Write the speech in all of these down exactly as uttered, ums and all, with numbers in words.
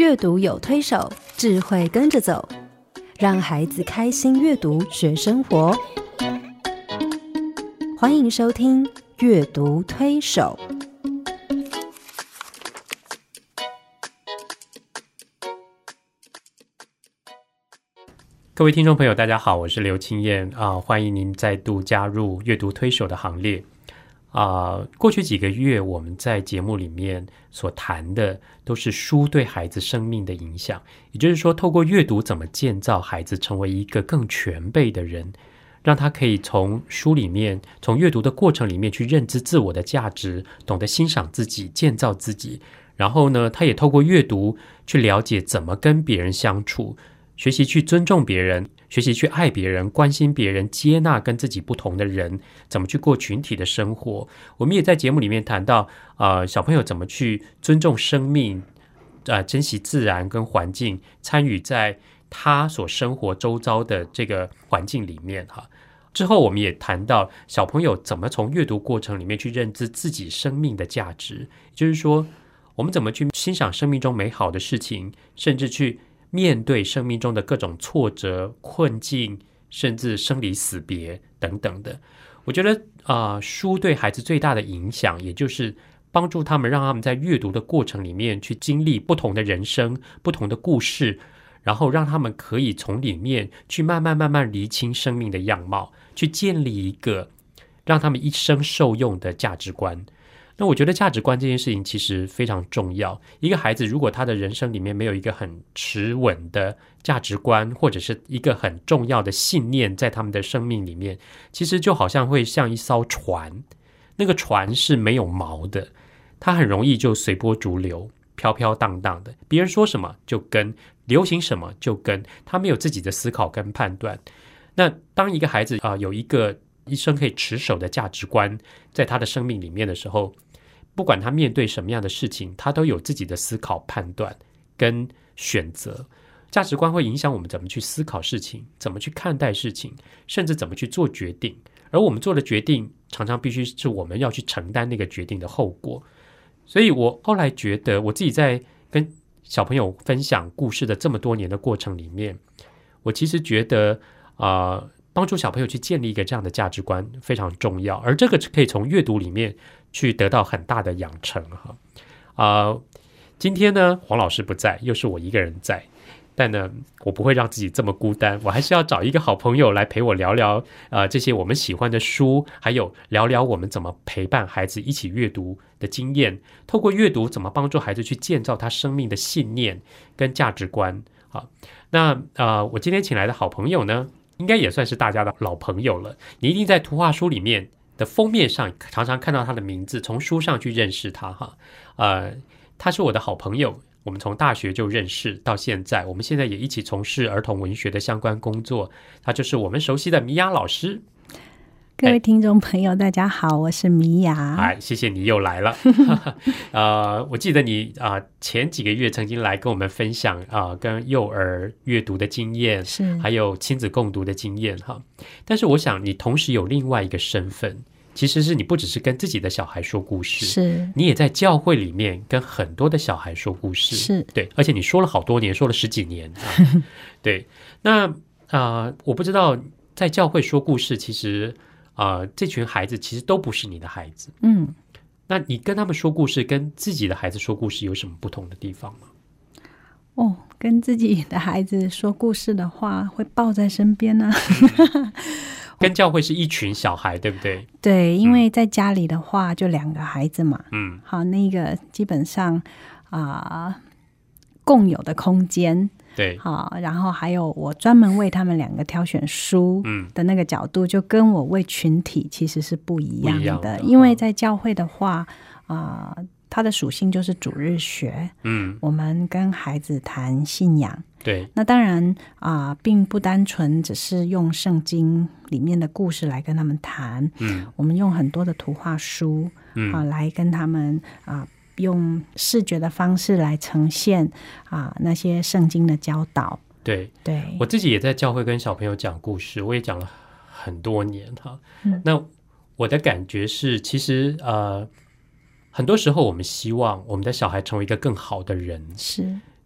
阅读有推手，智慧跟着走，让孩子开心阅读学生活。欢迎收听阅读推手。 各位听众朋友大家好，我是刘清燕啊、呃，欢迎您再度加入阅读推手的行列啊、呃。过去几个月我们在节目里面所谈的都是书对孩子生命的影响，也就是说透过阅读怎么建造孩子成为一个更全备的人，让他可以从书里面从阅读的过程里面去认知自我的价值，懂得欣赏自己，建造自己，然后呢他也透过阅读去了解怎么跟别人相处，学习去尊重别人，学习去爱别人，关心别人，接纳跟自己不同的人，怎么去过群体的生活。我们也在节目里面谈到呃，小朋友怎么去尊重生命、呃、珍惜自然跟环境，参与在他所生活周遭的这个环境里面哈。之后我们也谈到小朋友怎么从阅读过程里面去认知自己生命的价值，也就是说我们怎么去欣赏生命中美好的事情，甚至去面对生命中的各种挫折、困境，甚至生离死别等等的。我觉得啊、呃，书对孩子最大的影响，也就是帮助他们，让他们在阅读的过程里面去经历不同的人生、不同的故事，然后让他们可以从里面去慢慢慢慢厘清生命的样貌，去建立一个让他们一生受用的价值观。那我觉得价值观这件事情其实非常重要，一个孩子如果他的人生里面没有一个很持稳的价值观，或者是一个很重要的信念在他们的生命里面，其实就好像会像一艘船，那个船是没有锚的，它很容易就随波逐流，飘飘荡荡的，别人说什么就跟，流行什么就跟，他没有自己的思考跟判断。那当一个孩子、呃、有一个一生可以持守的价值观在他的生命里面的时候，不管他面对什么样的事情，他都有自己的思考判断跟选择。价值观会影响我们怎么去思考事情，怎么去看待事情，甚至怎么去做决定，而我们做的决定常常必须是我们要去承担那个决定的后果。所以我后来觉得我自己在跟小朋友分享故事的这么多年的过程里面，我其实觉得啊、呃帮助小朋友去建立一个这样的价值观非常重要，而这个可以从阅读里面去得到很大的养成哈。啊、呃，今天呢，黄老师不在，又是我一个人在，但呢，我不会让自己这么孤单，我还是要找一个好朋友来陪我聊聊呃这些我们喜欢的书，还有聊聊我们怎么陪伴孩子一起阅读的经验，透过阅读怎么帮助孩子去建造他生命的信念跟价值观。好，那呃，我今天请来的好朋友呢，应该也算是大家的老朋友了，你一定在图画书里面的封面上常常看到他的名字，从书上去认识他哈。呃，他是我的好朋友，我们从大学就认识到现在，我们现在也一起从事儿童文学的相关工作，他就是我们熟悉的米娅老师。 各位听众朋友大家好，我是米娅。 哎，谢谢你又来了呃，我记得你、呃、前几个月曾经来跟我们分享、呃、跟幼儿阅读的经验，是还有亲子共读的经验哈。但是我想你同时有另外一个身份，其实是你不只是跟自己的小孩说故事，是你也在教会里面跟很多的小孩说故事，是对，而且你说了好多年，说了十几年、啊、对。那、呃、我不知道在教会说故事，其实呃，这群孩子其实都不是你的孩子，嗯，那你跟他们说故事跟自己的孩子说故事有什么不同的地方吗？ 哦，跟自己的孩子说故事的话会抱在身边啊跟教会是一群小孩对不对？ 对，因为在家里的话就两个孩子嘛，嗯，好，那个基本上啊、呃、共有的空间，对，好，然后还有我专门为他们两个挑选书的那个角度，就跟我为群体其实是不一样 的, 样的因为在教会的话啊、呃，它的属性就是主日学，嗯，我们跟孩子谈信仰，对，那当然啊、呃，并不单纯只是用圣经里面的故事来跟他们谈，嗯，我们用很多的图画书，嗯，啊，来跟他们啊。呃用视觉的方式来呈现啊那些圣经的教导。对对， 我自己也在教会跟小朋友讲故事，我也讲了很多年哈、嗯。那我的感觉是，其实呃，很多时候我们希望我们的小孩成为一个更好的人，是。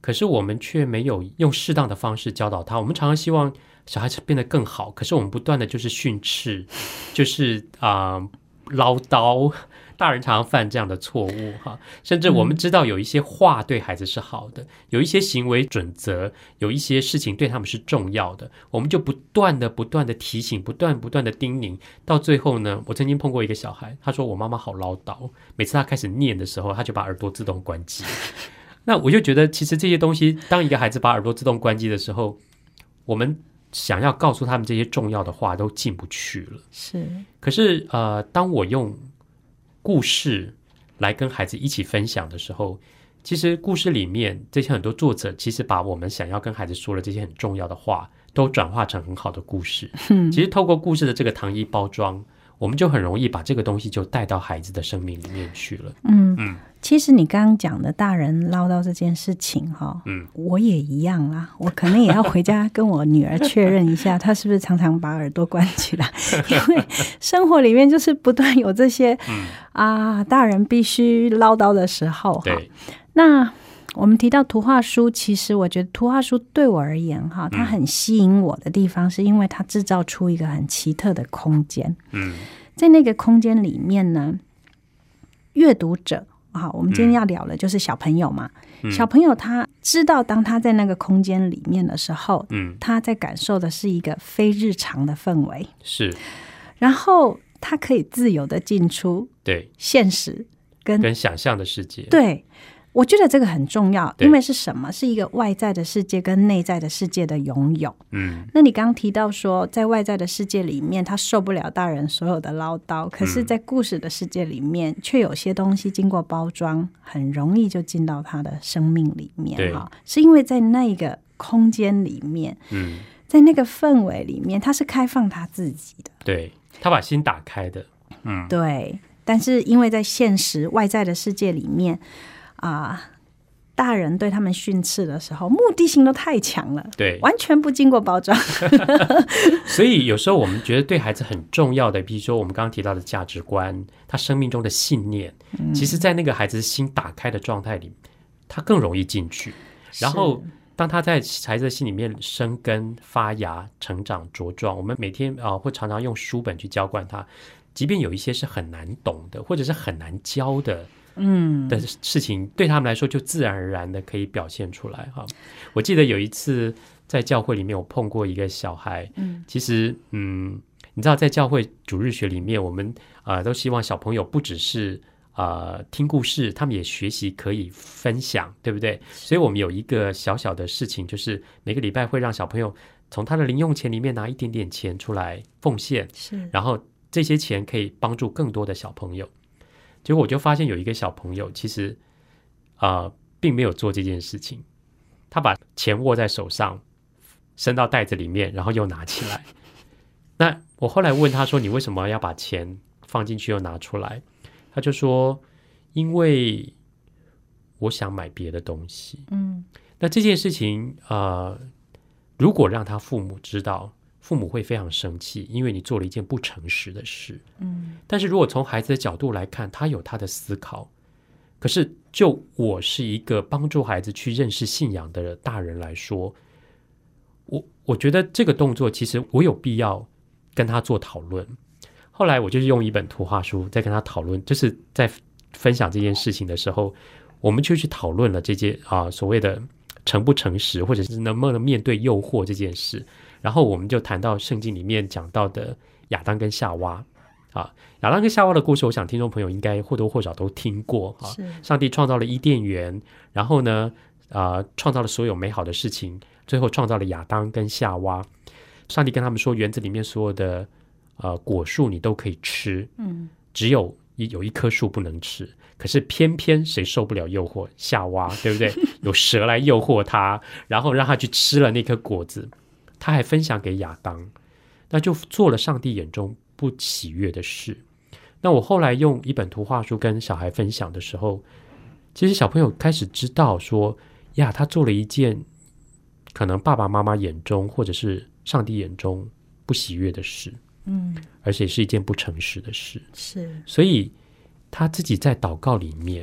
可是我们却没有用适当的方式教导他。我们常常希望小孩子变得更好，可是我们不断的就是训斥，就是啊、呃、唠叨。大人常常犯这样的错误哈，甚至我们知道有一些话对孩子是好的、嗯、有一些行为准则，有一些事情对他们是重要的，我们就不断的不断的提醒，不断不断的叮咛，到最后呢，我曾经碰过一个小孩，他说我妈妈好唠叨，每次他开始念的时候，他就把耳朵自动关机。那我就觉得其实这些东西，当一个孩子把耳朵自动关机的时候，我们想要告诉他们这些重要的话都进不去了。 是， 可是呃，当我用故事来跟孩子一起分享的时候，其实故事里面这些很多作者其实把我们想要跟孩子说的这些很重要的话都转化成很好的故事、嗯、其实透过故事的这个糖衣包装，我们就很容易把这个东西就带到孩子的生命里面去了。 嗯嗯，其实你刚刚讲的大人唠叨这件事情哈，嗯，我也一样啦，我可能也要回家跟我女儿确认一下，她是不是常常把耳朵关起来，因为生活里面就是不断有这些、嗯、啊，大人必须唠叨的时候。对，那我们提到图画书，其实我觉得图画书对我而言哈，它很吸引我的地方是因为它制造出一个很奇特的空间。嗯，在那个空间里面呢，阅读者好，我们今天要聊的就是小朋友嘛、嗯、小朋友他知道当他在那个空间里面的时候、嗯、他在感受的是一个非日常的氛围，是，然后他可以自由的进出对现实跟跟想象的世界。 对，我觉得这个很重要，因为是什么？是一个外在的世界跟内在的世界的拥有。嗯，那你刚刚提到说，在外在的世界里面，他受不了大人所有的唠叨，可是在故事的世界里面，却有些东西经过包装，很容易就进到他的生命里面。对，是因为在那个空间里面，嗯，在那个氛围里面，他是开放他自己的， 对，他把心打开的。嗯， 对。但是因为在现实外在的世界里面啊、呃，大人对他们训斥的时候，目的性都太强了，对，完全不经过包装。 所以有时候我们觉得对孩子很重要的，比如说我们刚刚提到的价值观，他生命中的信念、嗯、其实在那个孩子心打开的状态里，他更容易进去，然后当他在孩子的心里面生根发芽成长茁壮，我们每天、呃、会常常用书本去浇灌他，即便有一些是很难懂的或者是很难教的嗯的事情，对他们来说就自然而然的可以表现出来哈。我记得有一次在教会里面，我碰过一个小孩，嗯，其实嗯，你知道在教会主日学里面，我们呃都希望小朋友不只是呃听故事，他们也学习可以分享，对不对？所以我们有一个小小的事情，就是每个礼拜会让小朋友从他的零用钱里面拿一点点钱出来奉献，是，然后这些钱可以帮助更多的小朋友。结果我就发现有一个小朋友其实呃并没有做这件事情，他把钱握在手上伸到袋子里面，然后又拿起来。那我后来问他说，你为什么要把钱放进去又拿出来？他就说因为我想买别的东西。嗯，那这件事情呃如果让他父母知道，父母会非常生气，因为你做了一件不诚实的事。嗯，但是如果从孩子的角度来看，他有他的思考，可是就我是一个帮助孩子去认识信仰的大人来说，我我觉得这个动作其实我有必要跟他做讨论。后来我就是用一本图画书在跟他讨论，就是在分享这件事情的时候，我们就去讨论了这件啊所谓的诚不诚实，或者是能不能面对诱惑这件事。然后我们就谈到圣经里面讲到的亚当跟夏娃啊，亚当跟夏娃的故事，我想听众朋友应该或多或少都听过啊。上帝创造了伊甸园，然后呢，呃，创造了所有美好的事情，最后创造了亚当跟夏娃。上帝跟他们说，园子里面所有的呃果树你都可以吃，嗯，只有有一棵树不能吃。可是偏偏谁受不了诱惑？夏娃，对不对？有蛇来诱惑他，然后让他去吃了那颗果子。他还分享给亚当，那就做了上帝眼中不喜悦的事。那我后来用一本图画书跟小孩分享的时候，其实小朋友开始知道说，呀，他做了一件可能爸爸妈妈眼中或者是上帝眼中不喜悦的事，嗯，而且是一件不诚实的事。是，所以他自己在祷告里面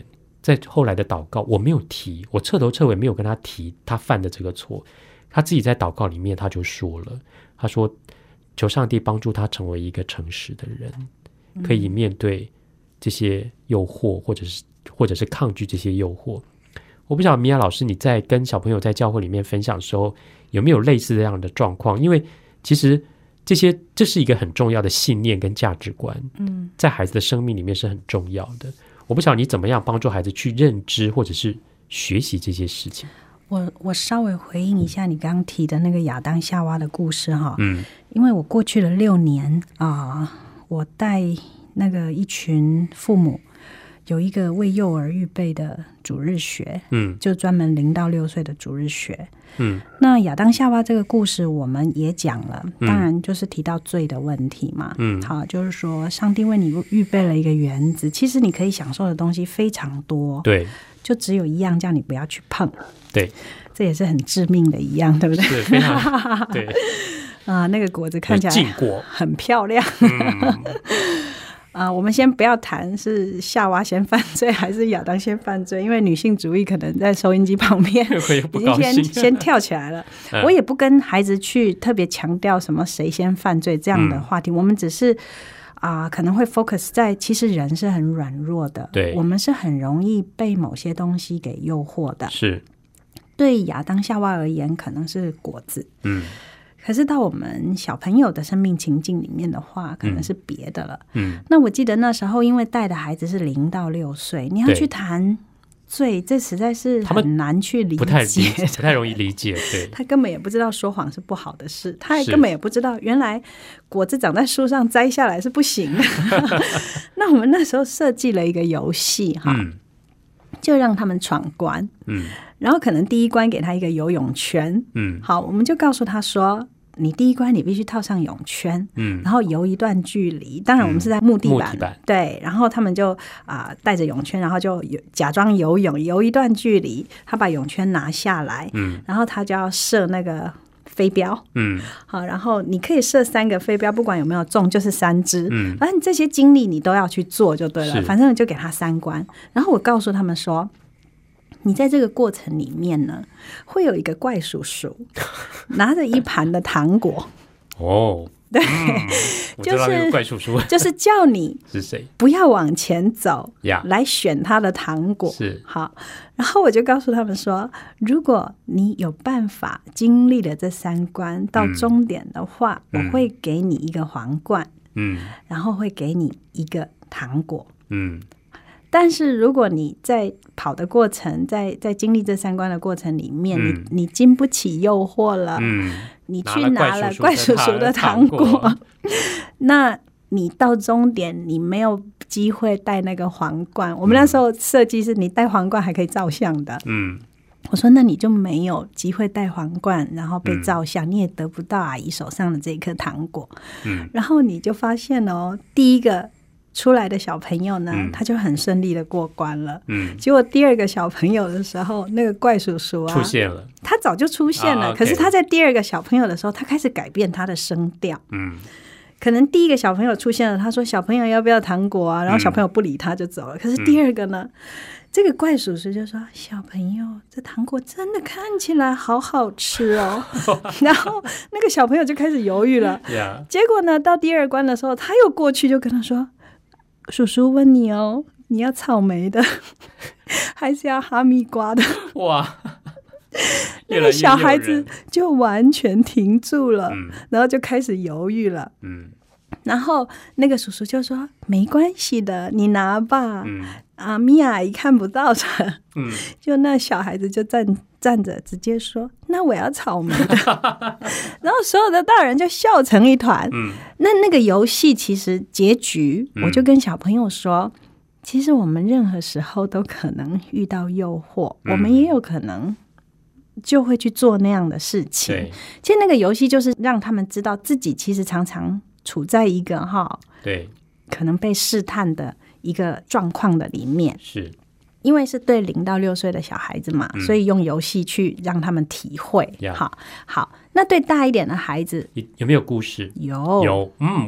在后来的祷告，我没有提，我彻头彻尾没有跟他提他犯的这个错，他自己在祷告里面他就说了，他说求上帝帮助他成为一个诚实的人，可以面对这些诱惑，或者是或者是抗拒这些诱惑。我不晓得米娅老师你在跟小朋友在教会里面分享的时候有没有类似这样的状况，因为其实这些这是一个很重要的信念跟价值观，嗯，在孩子的生命里面是很重要的。我不晓得你怎么样帮助孩子去认知或者是学习这些事情。 我我稍微回应一下你刚刚提的那个亚当夏娃的故事哈，嗯，因为我过去了六年啊、呃，我带那个一群父母有一个为幼儿预备的主日学，嗯，就专门零到六岁的主日学，嗯，那亚当夏娃这个故事我们也讲了，当然就是提到罪的问题嘛，嗯，好，就是说上帝为你预备了一个园子，其实你可以享受的东西非常多， 对， 就只有一样叫你不要去碰， 对， 这也是很致命的一样，对不对？ 是非常对啊，那个果子看起来禁果很漂亮，嗯啊、呃，我们先不要谈是夏娃先犯罪还是亚当先犯罪，因为女性主义可能在收音机旁边已经先先跳起来了。我也不跟孩子去特别强调什么谁先犯罪这样的话题，嗯、我们只是啊、呃，可能会 focus 在其实人是很软弱的， 对， 我们是很容易被某些东西给诱惑的。 是， 对亚当夏娃而言，可能是果子，嗯。可是到我们小朋友的生命情境里面的话，可能是别的了。嗯，那我记得那时候，因为带的孩子是零到六岁，你要去谈罪，这实在是很难去理解， 不太理解，不太容易理解。对， 他根本也不知道说谎是不好的事，他也根本也不知道原来果子长在树上摘下来是不行的。那我们那时候设计了一个游戏哈。嗯，就让他们闯关，嗯，然后可能第一关给他一个游泳圈，嗯，好，我们就告诉他说，你第一关你必须套上泳圈，嗯，然后游一段距离，当然我们是在木地板，嗯、板对，然后他们就啊、呃、带着泳圈，然后就假装游泳，游一段距离，他把泳圈拿下来，嗯，然后他就要射那个飞镖，嗯，好，然后你可以射三个飞镖，不管有没有中，就是三支，嗯，反正这些经历你都要去做就对了，反正就给他三关。然后我告诉他们说，你在这个过程里面呢，会有一个怪叔叔拿着一盘的糖果， 哦， 对， 嗯、就是怪叔叔，就是叫你是谁不要往前走， yeah. 来选他的糖果， 是好。然后我就告诉他们说，如果你有办法经历了这三关到终点的话，嗯、我会给你一个皇冠，嗯，然后会给你一个糖果，嗯。但是如果你在跑的过程，在在经历这三关的过程里面，嗯、你你经不起诱惑了，嗯、你去拿了怪叔叔的糖果，那你到终点你没有机会戴那个皇冠。我们那时候设计是你戴皇冠还可以照相的，嗯，我说那你就没有机会戴皇冠，然后被照相，嗯、你也得不到阿姨手上的这一颗糖果，嗯，然后你就发现哦，第一个出来的小朋友呢，嗯、他就很顺利的过关了。嗯，结果第二个小朋友的时候，那个怪叔叔啊出现了，他早就出现了。啊 okay、可是他在第二个小朋友的时候，他开始改变他的声调。嗯，可能第一个小朋友出现了，他说：“小朋友要不要糖果啊？”然后小朋友不理他就走了。嗯、可是第二个呢，嗯、这个怪叔叔就说：“小朋友，这糖果真的看起来好好吃哦。”然后那个小朋友就开始犹豫了。yeah. 结果呢，到第二关的时候，他又过去就跟他说。叔叔问你哦，你要草莓的还是要哈密瓜的？哇！那个小孩子就完全停住了，嗯、然后就开始犹豫了。嗯，然后那个叔叔就说：“没关系的，你拿吧。嗯”啊，米娅姨看不到的。嗯，就那小孩子就站站着，直接说：“那我要草莓的。”然后所有的大人就笑成一团。嗯，那那个游戏其实结局，我就跟小朋友说，嗯、其实我们任何时候都可能遇到诱惑，嗯、我们也有可能就会去做那样的事情。其实那个游戏就是让他们知道自己其实常常处在一个哈，对，可能被试探的一个状况的里面，是因为是对零到六岁的小孩子嘛，嗯、所以用游戏去让他们体会。好，好，那对大一点的孩子有没有故事？ 有， 有，嗯，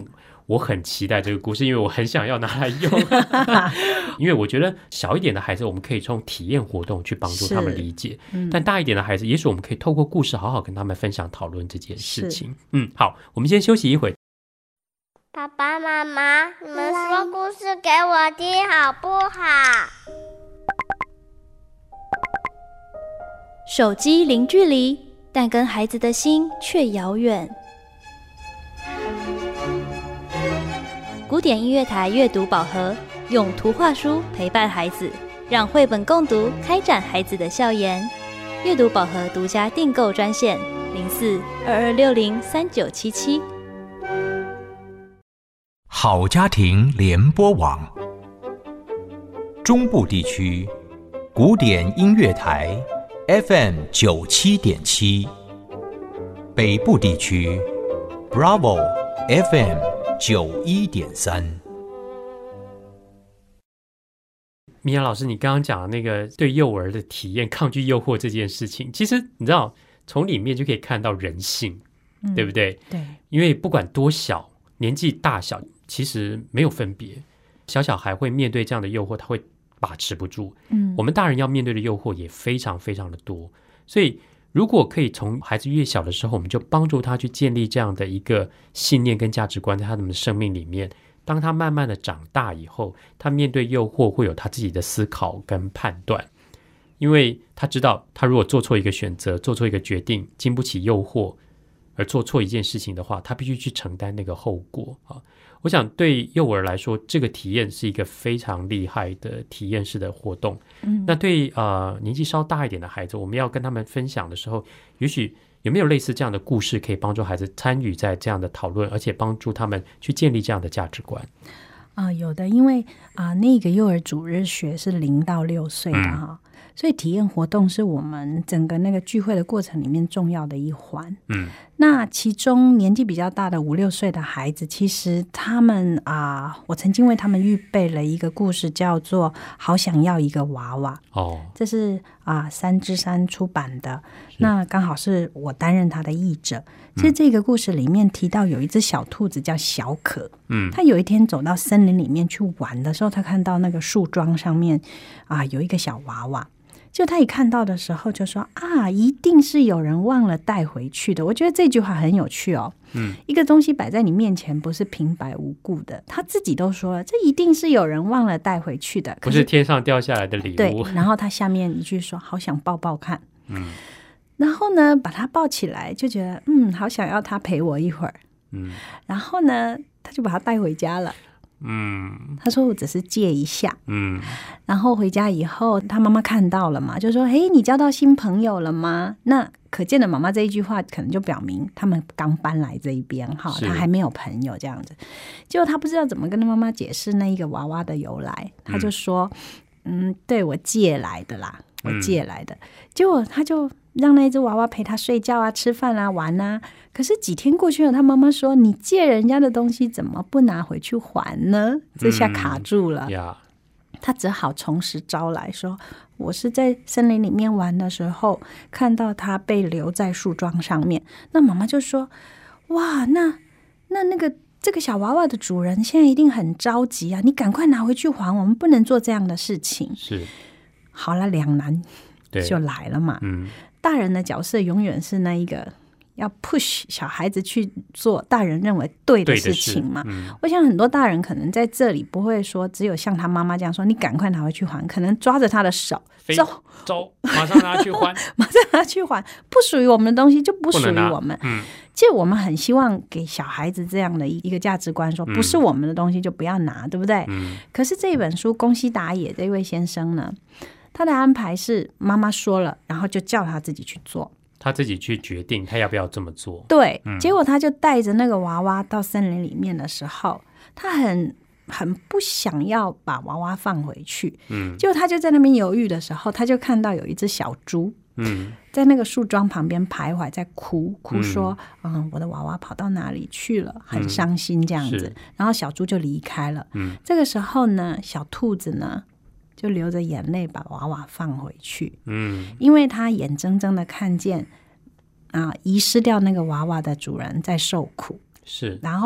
我很期待这个故事，因为我很想要拿来用因为我觉得小一点的孩子我们可以从体验活动去帮助他们理解、嗯、但大一点的孩子也许我们可以透过故事好好跟他们分享讨论这件事情。嗯，好，我们先休息一会。 爸爸妈妈，你们说故事给我听好不好？ 手机零距离，但跟孩子的心却遥远。古典音乐台阅读宝盒，用图画书陪伴孩子，让绘本共读开展孩子的笑颜。阅读宝盒独家订购专线零四二二六零三九七七。 好家庭联播网，中部地区古典音乐台 F M 九七点七，北部地区 Bravo F M 九一点三。 米娅老师，你刚刚讲的那个对幼儿的体验抗拒诱惑这件事情，其实你知道从里面就可以看到人性、嗯、对不对？ 对， 因为不管多小，年纪大小其实没有分别，小小孩会面对这样的诱惑，他会把持不住。嗯，我们大人要面对的诱惑也非常非常的多，所以如果可以从孩子越小的时候，我们就帮助他去建立这样的一个信念跟价值观在他们的生命里面，当他慢慢的长大以后，他面对诱惑会有他自己的思考跟判断，因为他知道他如果做错一个选择，做错一个决定，经不起诱惑而做错一件事情的话，他必须去承担那个后果啊。我想对幼儿来说，这个体验是一个非常厉害的体验式的活动。嗯，那对呃年纪稍大一点的孩子，我们要跟他们分享的时候，也许有没有类似这样的故事可以帮助孩子参与在这样的讨论，而且帮助他们去建立这样的价值观？ 啊、呃，有的，因为啊、呃，那个幼儿主日学是零到六岁的哈、嗯，所以体验活动是我们整个那个聚会的过程里面重要的一环。嗯，那其中年纪比较大的五六岁的孩子，其实他们啊、呃，我曾经为他们预备了一个故事，叫做《好想要一个娃娃》。哦，这是啊、呃、三之三出版的，那刚好是我担任他的译者。其实这个故事里面提到有一只小兔子叫小可，嗯，他有一天走到森林里面去玩的时候，他看到那个树桩上面啊有一个小娃娃，就他一看到的时候就说啊，一定是有人忘了带回去的。我觉得这句话很有趣哦，嗯，一个东西摆在你面前不是平白无故的，他自己都说了，这一定是有人忘了带回去的， 不是天上掉下来的礼物。 对，然后他下面一句说好想抱抱看，嗯。然后呢把他抱起来，就觉得嗯好想要他陪我一会儿，嗯，然后呢他就把他带回家了，嗯，他说我只是借一下，嗯，然后回家以后他妈妈看到了嘛，就说嘿你交到新朋友了吗？那可见的妈妈这一句话可能就表明他们刚搬来这一边哈，他还没有朋友这样子。结果他不知道怎么跟他妈妈解释那一个娃娃的由来，他就说嗯, 嗯对我借来的啦，我借来的、嗯、结果他就让那只娃娃陪他睡觉啊吃饭啊玩啊。可是几天过去了，他妈妈说你借人家的东西怎么不拿回去还呢？这下卡住了、嗯 yeah. 他只好从实招来说我是在森林里面玩的时候看到他被留在树桩上面。那妈妈就说哇那那那个这个小娃娃的主人现在一定很着急啊，你赶快拿回去还，我们不能做这样的事情。是，好了，两难就来了嘛。嗯，大人的角色永远是那一个要 push 小孩子去做大人认为对的事情嘛。嗯、我想很多大人可能在这里不会说只有像他妈妈这样说你赶快拿回去还，可能抓着他的手走走，马上拿去还马上拿去还，不属于我们的东西就不属于我们。嗯，其实我们很希望给小孩子这样的一个价值观，说不是我们的东西就不要拿、嗯、对不对、嗯、可是这本书宫西达也这位先生呢，他的安排是妈妈说了，然后就叫他自己去做， 他自己去决定他要不要这么做。 对、嗯、结果他就带着那个娃娃到森林里面的时候，他很很不想要把娃娃放回去。嗯，结果他就在那边犹豫的时候，他就看到有一只小猪嗯，在那个树桩旁边徘徊，在哭哭说 嗯, 嗯，我的娃娃跑到哪里去了，很伤心这样子、嗯、然后小猪就离开了。嗯，这个时候呢小兔子呢就流着眼泪把娃娃放回去。嗯，因为他眼睁睁的看见啊，遗失掉那个娃娃的主人在受苦，是，然后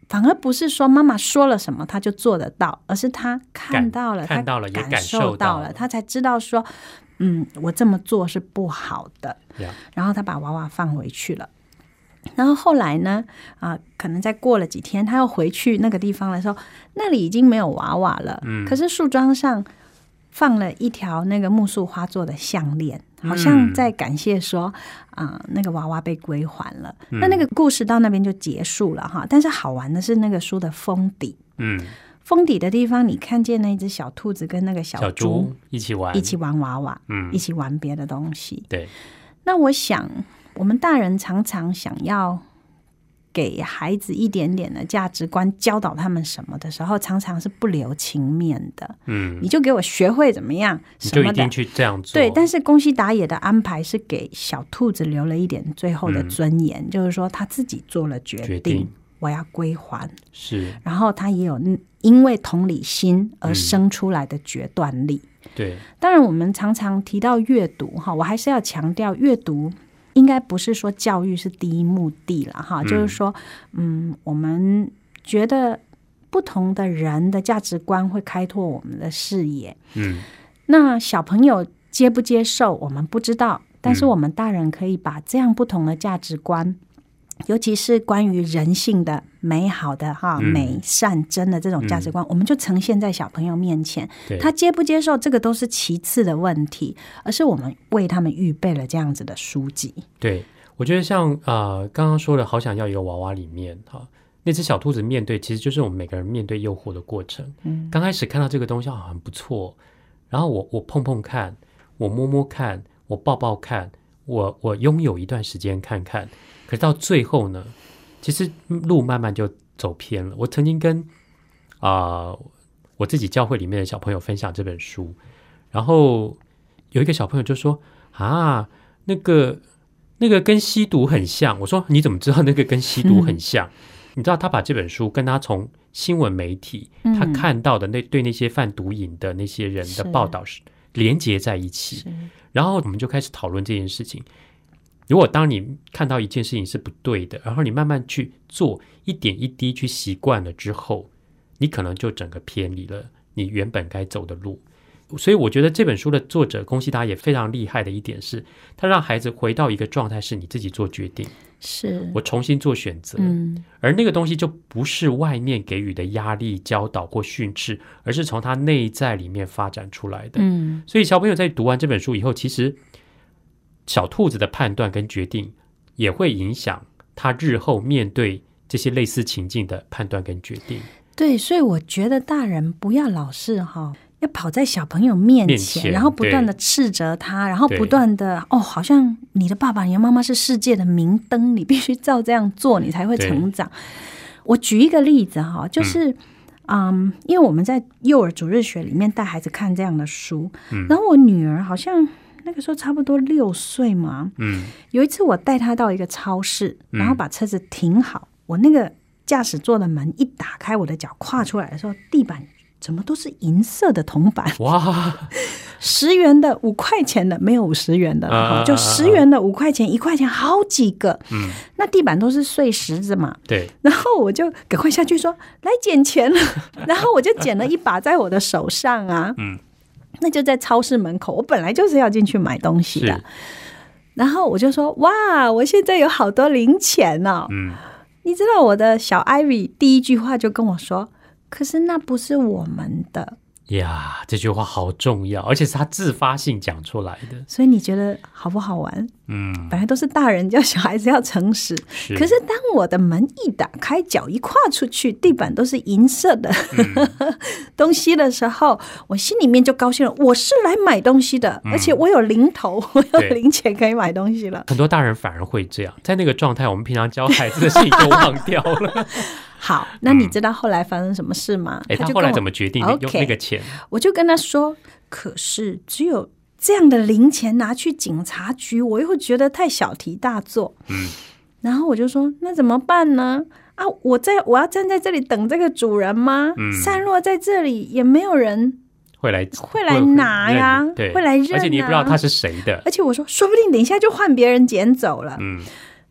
反而不是说妈妈说了什么他就做得到，而是他看到了， 看到了， 他也感受到了， 他才知道说，嗯，我这么做是不好的。 Yeah. 然后他把娃娃放回去了。然后后来呢，啊、呃，可能再过了几天，他又回去那个地方的时候，那里已经没有娃娃了。嗯，可是树桩上放了一条那个木树花做的项链，好像在感谢说，啊、呃，那个娃娃被归还了。嗯、那那个故事到那边就结束了哈。但是好玩的是那个书的封底，嗯，封底的地方你看见那只小兔子跟那个小猪, 小猪一起玩， 一起玩娃娃，嗯，一起玩别的东西。 对， 那我想。我们大人常常想要给孩子一点点的价值观，教导他们什么的时候，常常是不留情面的。嗯，你就给我学会怎么样， 你就一定去这样做。 对，但是宫西达也的安排是给小兔子留了一点最后的尊严，嗯、就是说他自己做了决定， 决定我要归还。 是， 然后他也有因为同理心而生出来的决断力。 嗯、对， 当然我们常常提到阅读哈，我还是要强调阅读。应该不是说教育是第一目的啦哈、嗯，就是说，嗯，我们觉得不同的人的价值观会开拓我们的视野，嗯，那小朋友接不接受我们不知道，但是我们大人可以把这样不同的价值观，嗯、尤其是关于人性的美好的哈、嗯、美善真的这种价值观、嗯，我们就呈现在小朋友面前，他接不接受这个都是其次的问题，而是我们为他们预备了这样子的书籍。 对，我觉得像呃刚刚说的好想要一个娃娃里面哈，那只小兔子面对其实就是我们每个人面对诱惑的过程。嗯，刚开始看到这个东西好像很不错，然后我我碰碰看，我摸摸看，我抱抱看，我我拥有一段时间看看，可是到最后呢，其实路慢慢就走偏了。我曾经跟啊、呃、我自己教会里面的小朋友分享这本书，然后有一个小朋友就说啊，那个那个跟吸毒很像。我说你怎么知道那个跟吸毒很像？嗯、你知道他把这本书跟他从新闻媒体、嗯、他看到的那对那些贩毒瘾的那些人的报道是连结在一起，然后我们就开始讨论这件事情。如果当你看到一件事情是不对的，然后你慢慢去做，一点一滴去习惯了之后，你可能就整个偏离了你原本该走的路。所以我觉得这本书的作者宫西达也非常厉害的一点是，他让孩子回到一个状态，是你自己做决定， 是我重新做选择、嗯、而那个东西就不是外面给予的压力教导或训斥，而是从他内在里面发展出来的、嗯、所以小朋友在读完这本书以后，其实小兔子的判断跟决定也会影响他日后面对这些类似情境的判断跟决定。 对，所以我觉得大人不要老是哈要跑在小朋友面前, 面前然后不断的斥责他，然后不断的哦，好像你的爸爸你的妈妈是世界的明灯，你必须照这样做你才会成长。我举一个例子哈，就是嗯, 嗯，因为我们在幼儿主日学里面带孩子看这样的书、嗯、然后我女儿好像那个时候差不多六岁嘛，嗯，有一次我带她到一个超市，然后把车子停好、嗯、我那个驾驶座的门一打开，我的脚跨出来的时候，地板怎么都是银色的铜板， 哇！ 十元的、五块钱的，没有五十元的、啊、就十元的、五块钱、一块钱，好几个。嗯，那地板都是碎石子嘛。 对。 然后我就赶快下去说：“来捡钱了。”然后我就捡了一把在我的手上啊。嗯。那就在超市门口，我本来就是要进去买东西的。然后我就说：“哇，我现在有好多零钱哦。”嗯。你知道我的小 Ivy 第一句话就跟我说，可是那不是我们的呀。这句话好重要，而且是他自发性讲出来的。 所以你觉得好不好玩？嗯，本来都是大人叫小孩子要诚实，是可是当我的门一打开，脚一跨出去，地板都是银色的、嗯、东西的时候，我心里面就高兴了，我是来买东西的、嗯、而且我有零头，我有零钱可以买东西了。 很多大人反而会这样，在那个状态，我们平常教孩子的事情都忘掉了。 好，那你知道后来发生什么事吗？ 嗯、他, 他后来怎么决定用那个钱？ Okay, 我就跟他说，可是只有这样的零钱拿去警察局，我又觉得太小题大做。嗯，然后我就说，那怎么办呢？啊，我在我要站在这里等这个主人吗？嗯，散落在这里也没有人会来会来拿呀，会, 会来认、啊， 而且你也不知道他是谁的。 而且我说，说不定等一下就换别人捡走了。嗯。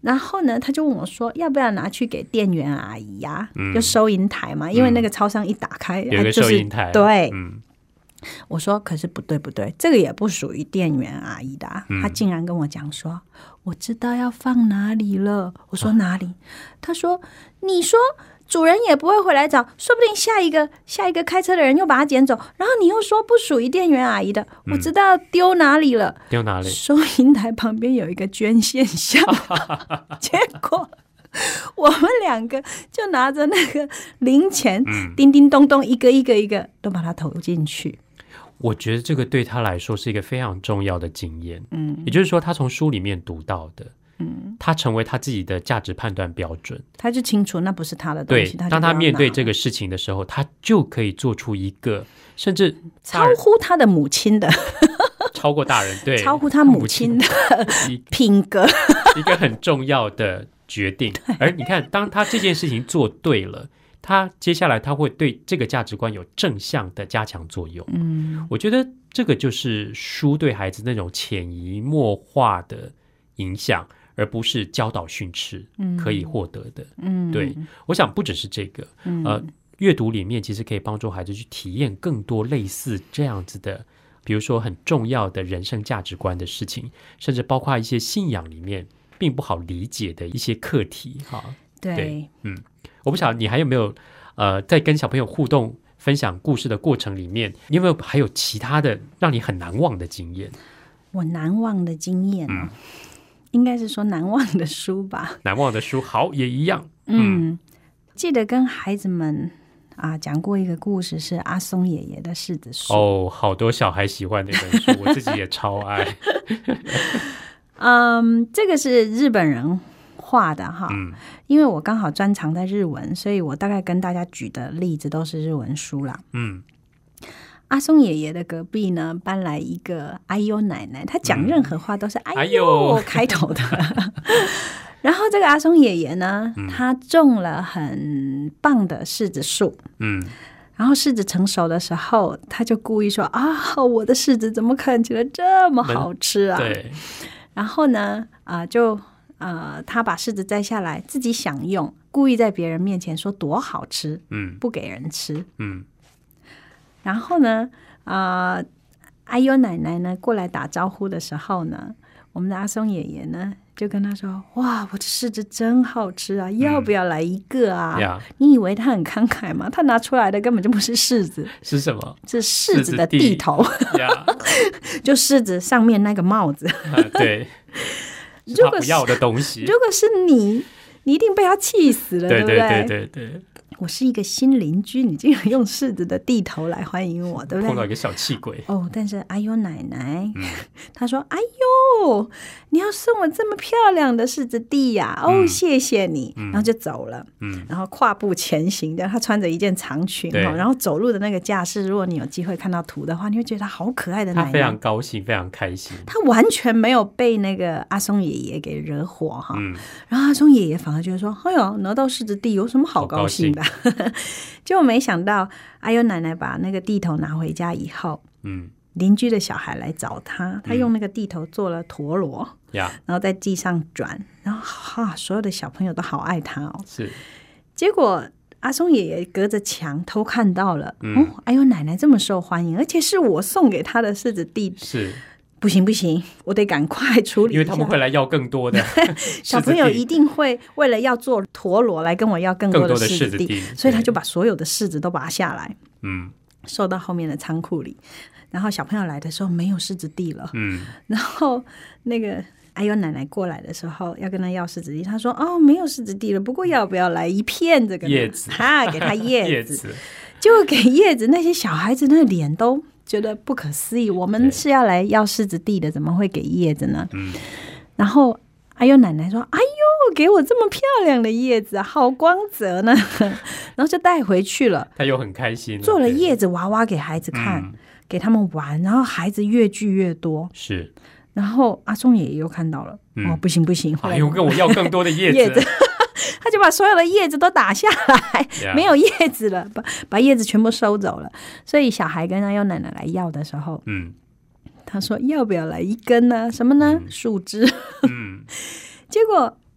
然后呢，他就问我说要不要拿去给店员阿姨呀、啊嗯、就收银台嘛，因为那个超商一打开、 嗯、有一个收银台、 就是、对、 嗯， 我说可是不对不对，这个也不属于店员阿姨的、啊嗯、他竟然跟我讲说我知道要放哪里了。我说哪里、啊、他说你说主人也不会回来找，说不定下一个下一个开车的人又把它捡走，然后你又说不属于店员阿姨的、嗯、我知道丢哪里了。 丢哪里？ 收银台旁边有一个捐献箱结果我们两个就拿着那个零钱、嗯、叮叮咚咚一个一个一个都把它投进去。 我觉得这个对他来说是一个非常重要的经验，嗯，也就是说他从书里面读到的，嗯，他成为他自己的价值判断标准， 他就清楚那不是他的东西。 对，当他面对这个事情的时候，他就可以做出一个甚至超乎他的母亲的超过大人，对， 超乎他母亲的品格一个很重要的决定。而你看当他这件事情做对了，他接下来他会对这个价值观有正向的加强作用。嗯，我觉得这个就是书对孩子那种潜移默化的影响，而不是教导训斥可以获得的。嗯，对，我想不只是这个，嗯、呃，阅读里面其实可以帮助孩子去体验更多类似这样子的，比如说很重要的人生价值观的事情，甚至包括一些信仰里面并不好理解的一些课题。哈， 对， 对，嗯。我不晓得你还有没有呃，在跟小朋友互动分享故事的过程里面，你有没有还有其他的让你很难忘的经验？ 我难忘的经验、哦嗯、应该是说难忘的书吧。 难忘的书，好，也一样。 嗯，嗯记得跟孩子们啊讲过一个故事，是阿松爷爷的柿子树。 哦，好多小孩喜欢那本书，我自己也超爱。 嗯，这个是日本人画的哈、嗯，因为我刚好专长在日文，所以我大概跟大家举的例子都是日文书啦。嗯，阿松爷爷的隔壁呢搬来一个哎呦奶奶，他讲任何话都是哎呦开头的。然后这个阿松爷爷呢、嗯，他种了很棒的柿子树。嗯。然后柿子成熟的时候，他就故意说啊，我的柿子怎么看起来这么好吃啊？对。然后呢，啊、呃，就。呃，他把柿子摘下来自己享用，故意在别人面前说多好吃，嗯，不给人吃，嗯。然后呢，呃，哎呦奶奶呢过来打招呼的时候呢，我们的阿松爷爷呢就跟他说：“哇，我的柿子真好吃啊，要不要来一个啊？”嗯、你以为他很慷慨吗？他拿出来的根本就不是柿子， 是什么？ 是柿子的蒂头，就柿子上面那个帽子。 啊、对。如果是他不要的东西， 如果是你，你一定被他气死了， 对不对？ 对对对对。 我是一个新邻居，你竟然用柿子的蒂头来欢迎我，对不对？ 碰到一个小气鬼哦！但是哎呦奶奶，嗯、他说：“哎呦，你要送我这么漂亮的柿子蒂呀、啊！哦、嗯，谢谢你。嗯”然后就走了，嗯，然后跨步前行的，他穿着一件长裙哦，然后走路的那个架势，如果你有机会看到图的话，你会觉得他好可爱的奶奶， 他非常高兴，非常开心， 他完全没有被那个阿松爷爷给惹火哈、嗯。然后阿松爷爷反而觉得说：“哎呦，拿到柿子蒂有什么好高兴的？”结果没想到哎呦奶奶把那个地头拿回家以后，嗯，邻居的小孩来找他，他用那个地头做了陀螺、嗯、然后在地上转，然后哈，所有的小朋友都好爱他哦。是，结果阿松爷爷隔着墙偷看到了、嗯哦、哎呦奶奶这么受欢迎，而且是我送给他的柿子蒂，是不行不行，我得赶快处理一下， 因为他们会来要更多的小朋友一定会为了要做陀螺来跟我要更多的柿子蒂，所以他就把所有的柿子都拔下来，嗯，收到后面的仓库里。然后小朋友来的时候没有柿子蒂了，嗯，然后那个哎呦奶奶过来的时候要跟他要柿子蒂，他说哦没有柿子蒂了，不过要不要来一片这个叶子， 哈，给他叶子结果给叶子，那些小孩子那脸都觉得不可思议，我们是要来要柿子蒂的，怎么会给叶子呢？嗯，然后哎呦奶奶说哎呦给我这么漂亮的叶子、啊、好光泽呢然后就带回去了， 他又很开心了， 做了叶子娃娃给孩子看、嗯、给他们玩，然后孩子越聚越多，是，然后阿松爷爷又看到了、嗯、哦不行不行， 哎呦跟我要更多的叶子, 叶子他就把所有的叶子都打下来、yeah. 没有叶子了， 把, 把叶子全部收走了。所以小孩跟阿优奶奶来要的时候、嗯、他说要不要来一根呢？什么呢？嗯、树枝、嗯、结果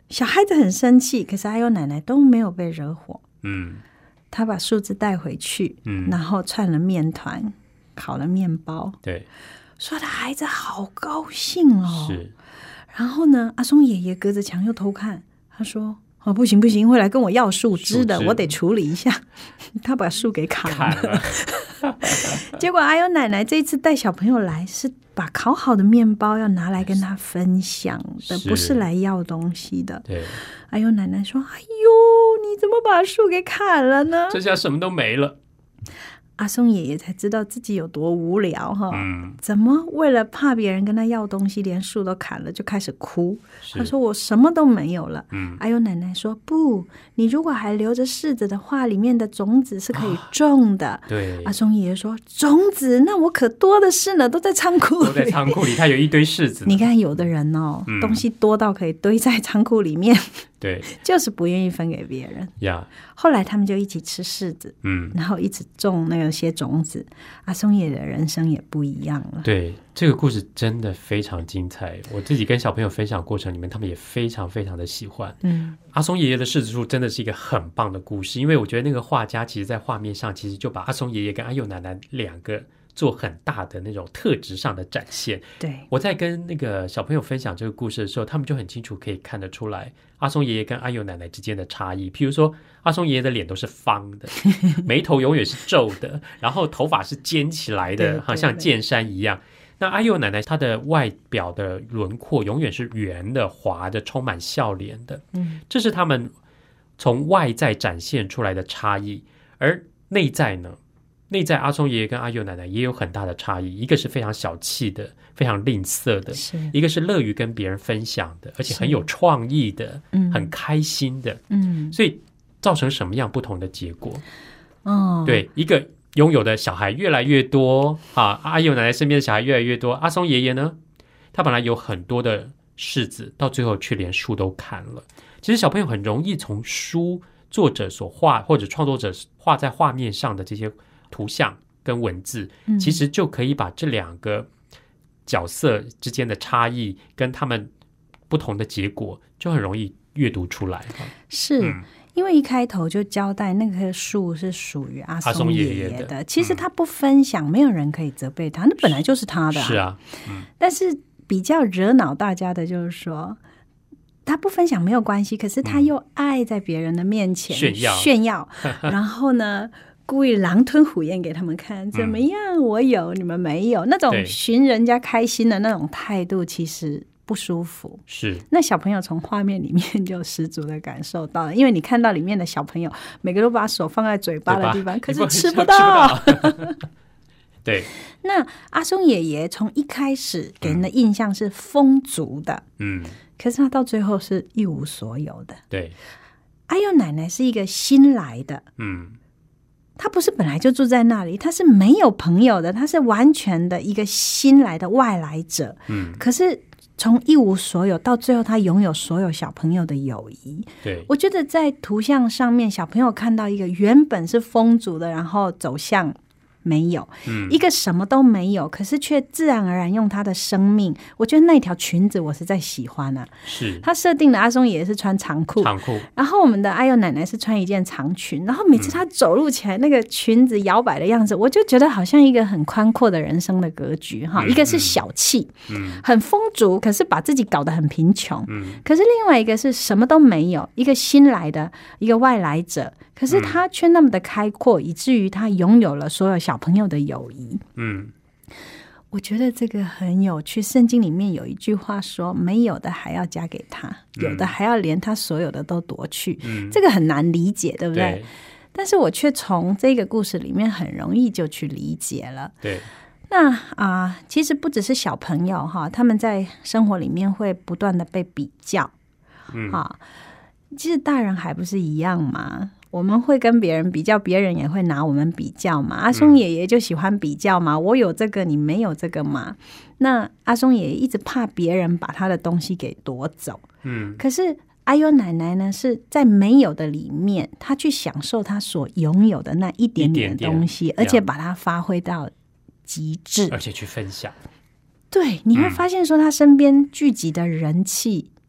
小孩子很生气，可是阿优奶奶都没有被惹火。 嗯， 他把树枝带回去，嗯，然后串了面团，烤了面包， 对， 说他孩子好高兴哦。 是， 然后呢，阿松爷爷隔着墙又偷看，他说：“哦，不行不行，会来跟我要树枝的，枝我得处理一下。”他把树给砍了。砍了结果阿优奶奶这一次带小朋友来，是把烤好的面包要拿来跟他分享的，不是来要东西的。 对， 阿优奶奶说：“哎呦，你怎么把树给砍了呢？ 这下什么都没了。” 阿松爷爷才知道自己有多无聊哈、嗯！怎么为了怕别人跟他要东西，连树都砍了，就开始哭。他说：“我什么都没有了。嗯”阿优奶奶说：“不，你如果还留着柿子的话，里面的种子是可以种的。啊” 对。 阿松爷爷说：“种子？那我可多的是呢，都在仓库里。” 都在仓库里，他有一堆柿子。 你看，有的人哦，嗯、东西多到可以堆在仓库里面。 对， 就是不愿意分给别人呀。Yeah. 后来他们就一起吃柿子，嗯，然后一直种那些种子。阿松爷的人生也不一样了。 对，这个故事真的非常精彩。我自己跟小朋友分享过程里面，他们也非常非常的喜欢。嗯，阿松爷爷的柿子树真的是一个很棒的故事，因为我觉得那个画家其实在画面上其实就把阿松爷爷跟阿佑奶奶两个做很大的那种特质上的展现。 对， 我在跟那个小朋友分享这个故事的时候，他们就很清楚可以看得出来阿松爷爷跟阿佑奶奶之间的差异。譬如说，阿松爷爷的脸都是方的，眉头永远是皱的，然后头发是尖起来的，好像剑山一样。那阿佑奶奶她的外表的轮廓永远是圆的、滑的、充满笑脸的。嗯，这是他们从外在展现出来的差异。而内在呢？内在阿松爷爷跟阿佑奶奶也有很大的差异，一个是非常小气的，非常吝啬的，一个是乐于跟别人分享的，而且很有创意的，很开心的。嗯，所以造成什么样不同的结果？哦，对，一个拥有的小孩越来越多啊，阿佑奶奶身边的小孩越来越多，阿松爷爷呢，他本来有很多的柿子，到最后却连树都砍了。其实小朋友很容易从书作者所画或者创作者画在画面上的这些图像跟文字，其实就可以把这两个角色之间的差异跟他们不同的结果就很容易阅读出来。 是、嗯、因为一开头就交代那棵树是属于阿松爷爷 的, 爷爷的其实他不分享、嗯、没有人可以责备他，那本来就是他的、啊、 是啊、嗯、 但是比较惹恼大家的就是说他不分享没有关系，可是他又爱在别人的面前炫耀炫耀然后呢故意狼吞虎咽给他们看，怎么样、嗯、我有你们没有，那种寻人家开心的那种态度其实不舒服。 是， 那小朋友从画面里面就十足的感受到了，因为你看到里面的小朋友每个都把手放在嘴巴的地方，可是吃不到, 吃不到对， 那阿松爷爷从一开始给人的印象是丰足的，嗯，可是他到最后是一无所有的。 对， 阿佑奶奶是一个新来的，嗯，他不是本来就住在那里，他是没有朋友的，他是完全的一个新来的外来者。嗯，可是从一无所有到最后他拥有所有小朋友的友谊。 对， 我觉得在图像上面小朋友看到一个原本是丰足的，然后走向没有、嗯、一个什么都没有，可是却自然而然用他的生命，我觉得那条裙子我实在喜欢啊。 是， 他设定的阿松爷爷是穿长裤， 长裤，然后我们的阿佑奶奶是穿一件长裙，然后每次他走路起来、嗯、那个裙子摇摆的样子，我就觉得好像一个很宽阔的人生的格局哈、嗯。一个是小气、嗯、很丰足，可是把自己搞得很贫穷、嗯、可是另外一个是什么都没有，一个新来的一个外来者，可是他却那么的开阔、嗯、以至于他拥有了所有小朋友的友谊。嗯，我觉得这个很有趣。圣经里面有一句话说，没有的还要加给他、嗯、有的还要连他所有的都夺去、嗯、这个很难理解，对不 对, 对但是我却从这个故事里面很容易就去理解了。 对， 那啊、呃，其实不只是小朋友哈，他们在生活里面会不断的被比较，嗯啊，其实大人还不是一样吗？我们会跟别人比较，别人也会拿我们比较嘛。阿松爷爷就喜欢比较嘛、嗯、我有这个你没有这个嘛。那阿松爷爷一直怕别人把他的东西给夺走，嗯，可是阿佑奶奶呢是在没有的里面，他去享受他所拥有的那一点点的东西，一点点，而且把它发挥到极致， 而且去分享。 对，你会发现说他身边聚集的人气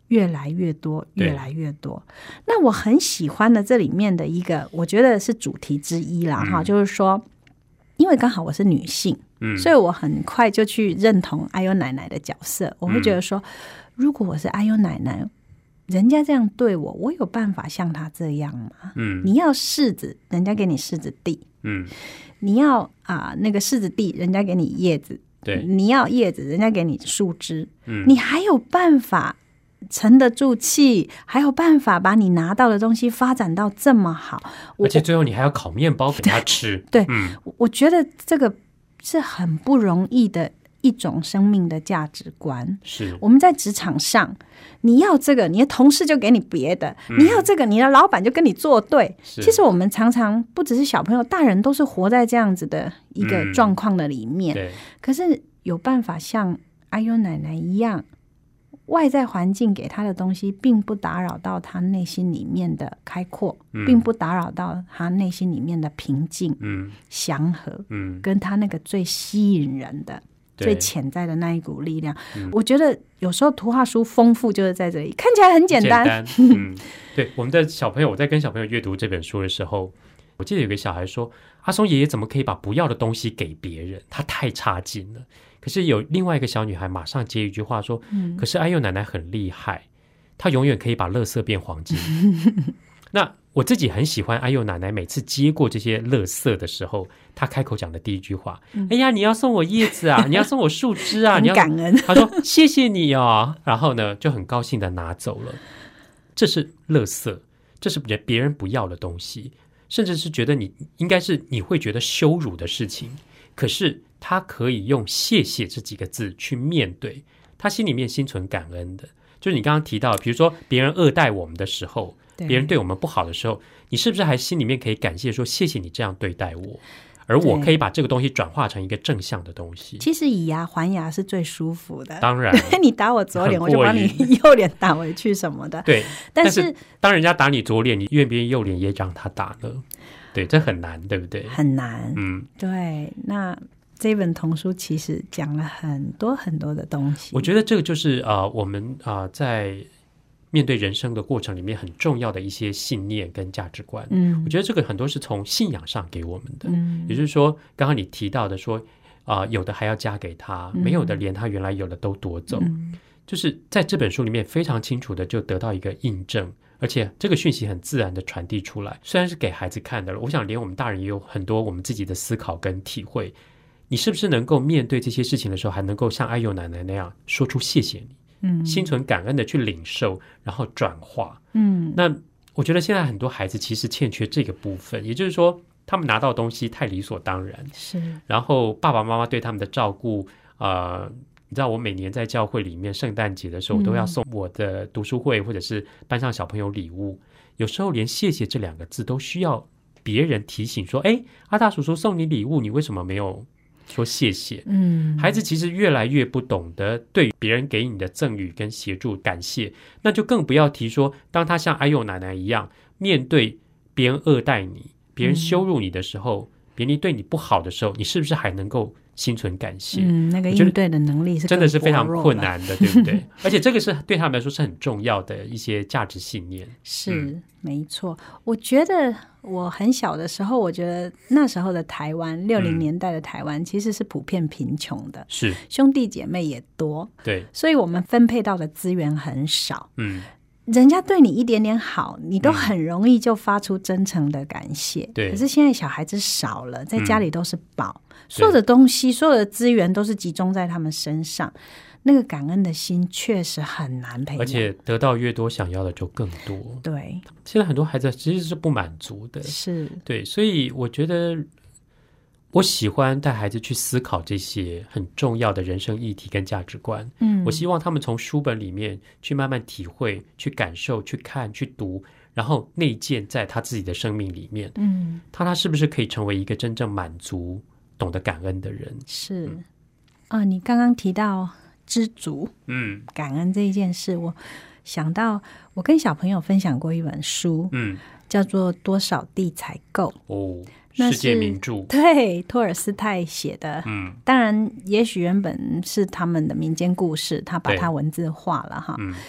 越来越多越来越多。那我很喜欢的这里面的一个我觉得是主题之一啦、嗯、就是说因为刚好我是女性、嗯、所以我很快就去认同阿优奶奶的角色。我会觉得说、嗯、如果我是阿优奶奶，人家这样对我，我有办法像他这样吗？嗯，你要柿子，人家给你柿子地，嗯，你要啊、呃、那个柿子地，人家给你叶子， 对， 你要叶子，人家给你树枝，嗯，你还有办法沉得住气，还有办法把你拿到的东西发展到这么好， 而且最后你还要烤面包给他吃， 对，嗯，我觉得这个是很不容易的一种生命的价值观。 是我们在职场上，你要这个，你的同事就给你别的、嗯、你要这个，你的老板就跟你作对。其实我们常常不只是小朋友，大人都是活在这样子的一个状况的里面、嗯、对。可是有办法像阿优奶奶一样，外在环境给他的东西并不打扰到他内心里面的开阔、嗯、并不打扰到他内心里面的平静、嗯、祥和、嗯、跟他那个最吸引人的最潜在的那一股力量、嗯、我觉得有时候图画书丰富就是在这里，看起来很简单, 简单、嗯、对，我们的小朋友，我在跟小朋友阅读这本书的时候，我记得有个小孩说，阿松爷爷怎么可以把不要的东西给别人，他太差劲了。可是有另外一个小女孩马上接一句话说、嗯、可是阿佑奶奶很厉害，她永远可以把垃圾变黄金那我自己很喜欢阿佑奶奶每次接过这些垃圾的时候，她开口讲的第一句话、嗯、哎呀，你要送我叶子啊你要送我树枝啊很感恩， 她说谢谢你哦，然后呢就很高兴的拿走了。这是垃圾，这是别人不要的东西，甚至是觉得你应该是你会觉得羞辱的事情，可是他可以用谢谢这几个字去面对，他心里面心存感恩的。就是你刚刚提到，比如说别人恶待我们的时候，别人对我们不好的时候，你是不是还心里面可以感谢说谢谢你这样对待我，而我可以把这个东西转化成一个正向的东西。 其实以牙还牙是最舒服的， 当然你打我左脸我就把你右脸打回去什么的对， 但是, 但是当人家打你左脸，你愿不愿意右脸也让他打呢？对，这很难，对不对？ 很难，嗯，对。那这本童书其实讲了很多很多的东西， 我觉得这个就是呃，我们啊、呃、在面对人生的过程里面很重要的一些信念跟价值观。嗯，我觉得这个很多是从信仰上给我们的。嗯，也就是说，刚刚你提到的说啊、呃，有的还要加给他，没有的连他原来有的都夺走。嗯，就是在这本书里面非常清楚的就得到一个印证。而且这个讯息很自然的传递出来，虽然是给孩子看的了，我想连我们大人也有很多我们自己的思考跟体会。你是不是能够面对这些事情的时候，还能够像阿佑奶奶那样说出谢谢你，嗯，心存感恩的去领受，然后转化。嗯，那我觉得现在很多孩子其实欠缺这个部分，也就是说他们拿到东西太理所当然， 是， 然后爸爸妈妈对他们的照顾呃你知道我每年在教会里面圣诞节的时候，我都要送我的读书会或者是班上小朋友礼物，有时候连谢谢这两个字都需要别人提醒说，哎，阿大叔叔送你礼物，你为什么没有说谢谢？嗯，孩子其实越来越不懂得对别人给你的赠予跟协助感谢，那就更不要提说当他像阿佑奶奶一样面对别人恶待你，别人羞辱你的时候、嗯、别人对你不好的时候，你是不是还能够心存感谢？ 嗯，那个应对的能力是真的是非常困难的，对不对？而且这个是对他们来说是很重要的一些价值信念。 是、嗯、没错。我觉得我很小的时候，我觉得那时候的台湾，六零年代的台湾、嗯、其实是普遍贫穷的， 是兄弟姐妹也多， 对， 所以我们分配到的资源很少。嗯，人家对你一点点好，你都很容易就发出真诚的感谢。对、嗯，可是现在小孩子少了，在家里都是宝、嗯，所有的东西，所有的资源都是集中在他们身上，那个感恩的心确实很难培养， 而且得到越多，想要的就更多。 对， 现在很多孩子其实是不满足的， 是对，所以我觉得我喜欢带孩子去思考这些很重要的人生议题跟价值观。嗯，我希望他们从书本里面去慢慢体会、去感受、去看、去读，然后内建在他自己的生命里面。嗯，他他是不是可以成为一个真正满足、懂得感恩的人？ 是啊、呃，你刚刚提到知足、嗯，感恩这一件事，我想到我跟小朋友分享过一本书，嗯，叫做《多少地才够》哦。 世界名著， 对，托尔斯泰写的。嗯，当然也许原本是他们的民间故事，他把它文字化了哈。嗯，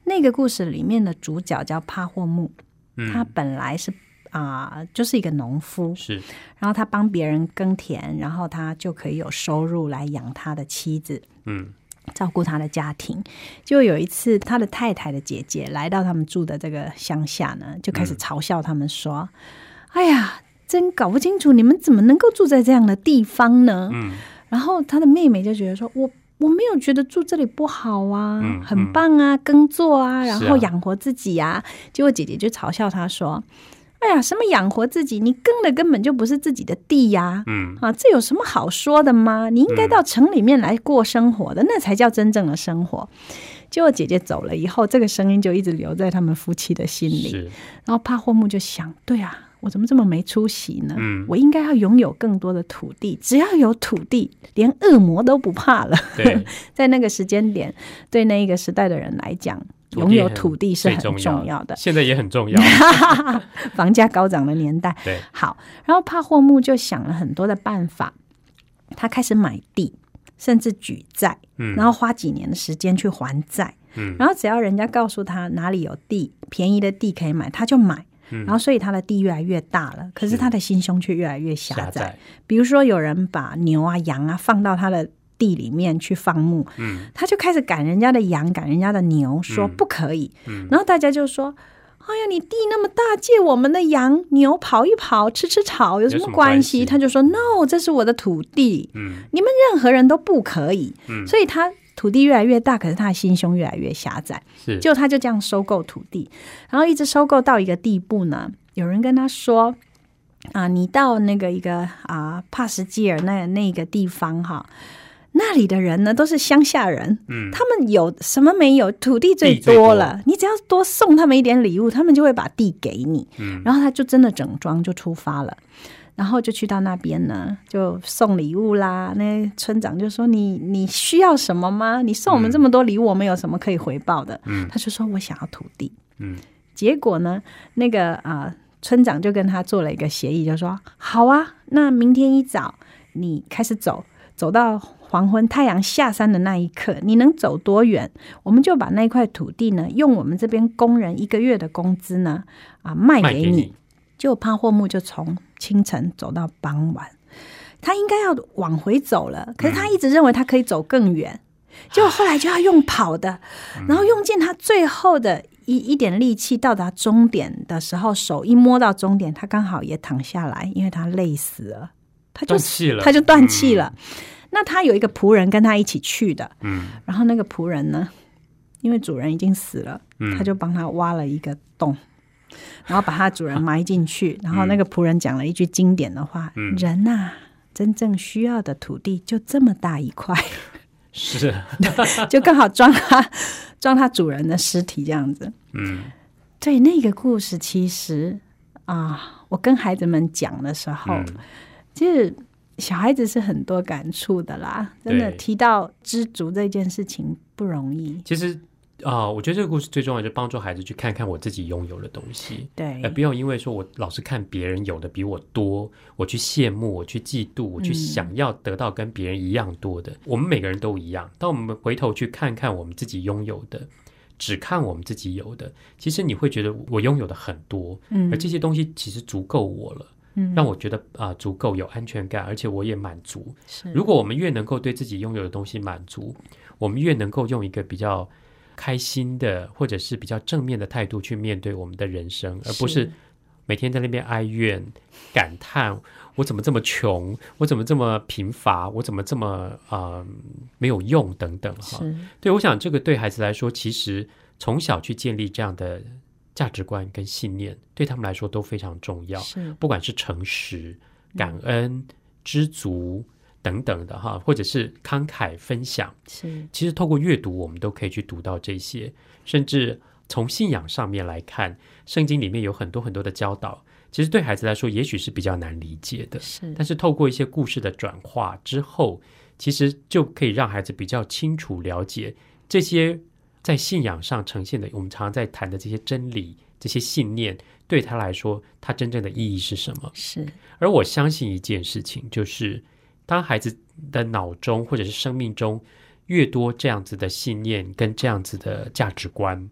那个故事里面的主角叫帕霍木，嗯、他本来是啊、呃，就是一个农夫， 是， 然后他帮别人耕田，然后他就可以有收入来养他的妻子，嗯，照顾他的家庭。就有一次，他的太太的姐姐来到他们住的这个乡下呢，就开始嘲笑他们说：“嗯、哎呀，真搞不清楚你们怎么能够住在这样的地方呢？”嗯，然后他的妹妹就觉得说：“我。”我没有觉得住这里不好啊，嗯、很棒啊，耕作啊，然后养活自己啊。结果姐姐就嘲笑他说：“哎呀，什么养活自己？你耕的根本就不是自己的地呀、啊！嗯啊，这有什么好说的吗？你应该到城里面来过生活的，嗯、那才叫真正的生活。”结果姐姐走了以后，这个声音就一直留在他们夫妻的心里。然后帕霍木就想：对啊。我怎么这么没出息呢、嗯、我应该要拥有更多的土地，只要有土地连恶魔都不怕了。对在那个时间点，对那一个时代的人来讲，拥有土地是很重要的， 现在也很重要房价高涨的年代。 对， 好，然后帕霍木就想了很多的办法，他开始买地，甚至举债、嗯、然后花几年的时间去还债、嗯、然后只要人家告诉他哪里有地便宜的地可以买，他就买。然后所以他的地越来越大了，可是他的心胸却越来越狭窄。比如说有人把牛啊羊啊放到他的地里面去放牧、嗯、他就开始赶人家的羊赶人家的牛，说不可以、嗯、然后大家就说：哎呀，你地那么大，借我们的羊牛跑一跑吃吃草有什么关系？他就说 no， 这是我的土地、嗯、你们任何人都不可以、嗯、所以他土地越来越大，可是他的心胸越来越狭窄，是，就他就这样收购土地，然后一直收购到一个地步呢，有人跟他说啊，你到那个一个啊帕什基尔那那个地方哈，那里的人呢都是乡下人、嗯、他们有什么没有？土地最多了，你只要多送他们一点礼物，他们就会把地给你、嗯、然后他就真的整装就出发了，然后就去到那边呢，就送礼物啦。那村长就说：“你你需要什么吗？你送我们这么多礼物，我们有什么可以回报的？”嗯、他就说：“我想要土地。”嗯，结果呢，那个啊、呃、村长就跟他做了一个协议，就说：“好啊，那明天一早你开始走，走到黄昏太阳下山的那一刻，你能走多远，我们就把那块土地呢，用我们这边工人一个月的工资呢啊卖给你。”卖给你就帕霍木就从清晨走到傍晚，他应该要往回走了，可是他一直认为他可以走更远，结果后来就要用跑的，然后用尽他最后的一一点力气到达终点的时候，手一摸到终点，他刚好也躺下来，因为他累死了，他就断气了， 他就断气了、嗯、那他有一个仆人跟他一起去的、嗯、然后那个仆人呢，因为主人已经死了、嗯、他就帮他挖了一个洞，然后把他主人埋进去，然后那个仆人讲了一句经典的话、嗯、人啊，真正需要的土地就这么大一块， 是就刚好装他装他主人的尸体这样子。嗯，对，那个故事其实啊，我跟孩子们讲的时候、嗯、其实小孩子是很多感触的啦，真的提到知足这件事情不容易。 其实啊、呃，我觉得这个故事最重要就是帮助孩子去看看我自己拥有的东西， 对， 呃，不要因为说我老是看别人有的比我多，我去羡慕，我去嫉妒，我去想要得到跟别人一样多的、嗯、我们每个人都一样，当我们回头去看看我们自己拥有的，只看我们自己有的，其实你会觉得我拥有的很多、嗯、而这些东西其实足够我了，嗯、让我觉得啊、呃、足够有安全感，而且我也满足。如果我们越能够对自己拥有的东西满足，我们越能够用一个比较开心的或者是比较正面的态度去面对我们的人生，而不是每天在那边哀怨感叹我怎么这么穷，我怎么这么贫乏，我怎么这么、呃、没有用等等哈。对，我想这个对孩子来说，其实从小去建立这样的价值观跟信念，对他们来说都非常重要，不管是诚实、感恩、嗯、知足等等的哈，或者是慷慨分享，是其实透过阅读我们都可以去读到这些，甚至从信仰上面来看，圣经里面有很多很多的教导，其实对孩子来说也许是比较难理解的，是但是透过一些故事的转化之后，其实就可以让孩子比较清楚了解这些在信仰上呈现的我们常常在谈的这些真理，这些信念对他来说他真正的意义是什么。是，而我相信一件事情，就是当孩子的脑中或者是生命中越多这样子的信念跟这样子的价值观，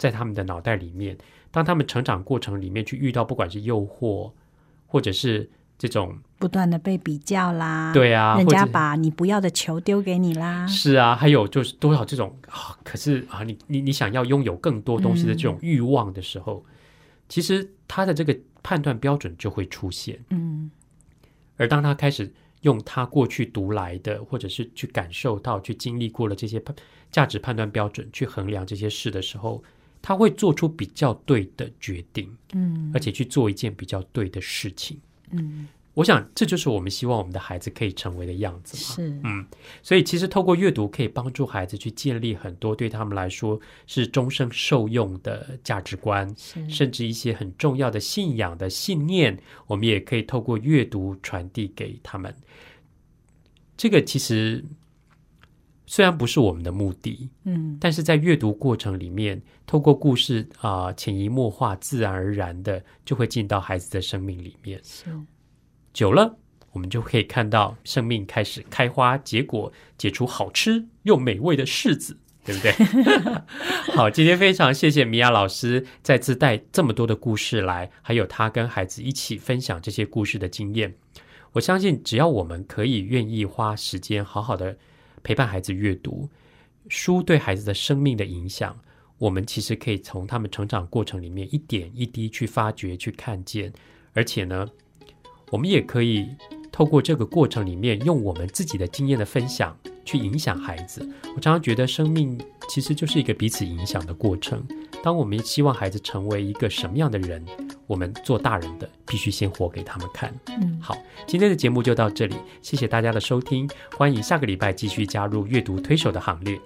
在他们的脑袋里面，当他们成长过程里面去遇到不管是诱惑或者是这种不断的被比较啦， 对啊， 人家把你不要的球丢给你啦， 是啊，还有就是多少这种、啊、可是啊，你你你想要拥有更多东西的这种欲望的时候、嗯、其实他的这个判断标准就会出现。嗯，而当他开始用他过去读来的，或者是去感受到去经历过了这些价值判断标准去衡量这些事的时候，他会做出比较对的决定，嗯，而且去做一件比较对的事情。嗯，我想这就是我们希望我们的孩子可以成为的样子嘛。 是， 嗯，所以其实透过阅读可以帮助孩子去建立很多对他们来说是终生受用的价值观，甚至一些很重要的信仰的信念，我们也可以透过阅读传递给他们。这个其实虽然不是我们的目的，嗯，但是在阅读过程里面，透过故事啊、呃，潜移默化、自然而然的就会进到孩子的生命里面。是，久了，我们就可以看到生命开始开花结果，结出好吃又美味的柿子，对不对？好，今天非常谢谢米娅老师再次带这么多的故事来，还有她跟孩子一起分享这些故事的经验。我相信，只要我们可以愿意花时间好好的陪伴孩子阅读书，对孩子的生命的影响，我们其实可以从他们成长过程里面一点一滴去发掘、去看见，而且呢，我们也可以透过这个过程里面，用我们自己的经验的分享去影响孩子。我常常觉得生命其实就是一个彼此影响的过程。当我们希望孩子成为一个什么样的人，我们做大人的必须先活给他们看。嗯，好，今天的节目就到这里，谢谢大家的收听，欢迎下个礼拜继续加入阅读推手的行列。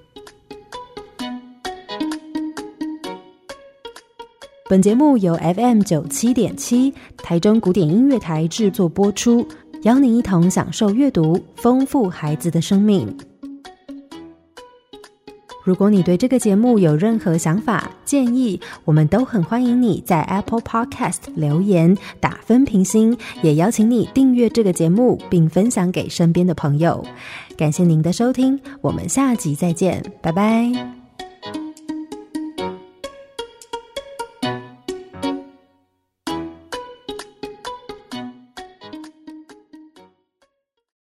本节目由 F M 九十七点七 台中古典音乐台制作播出，邀您一同享受阅读，丰富孩子的生命。如果你对这个节目有任何想法建议，我们都很欢迎你在 Apple Podcast 留言打分评星，也邀请你订阅这个节目并分享给身边的朋友。感谢您的收听，我们下集再见，拜拜。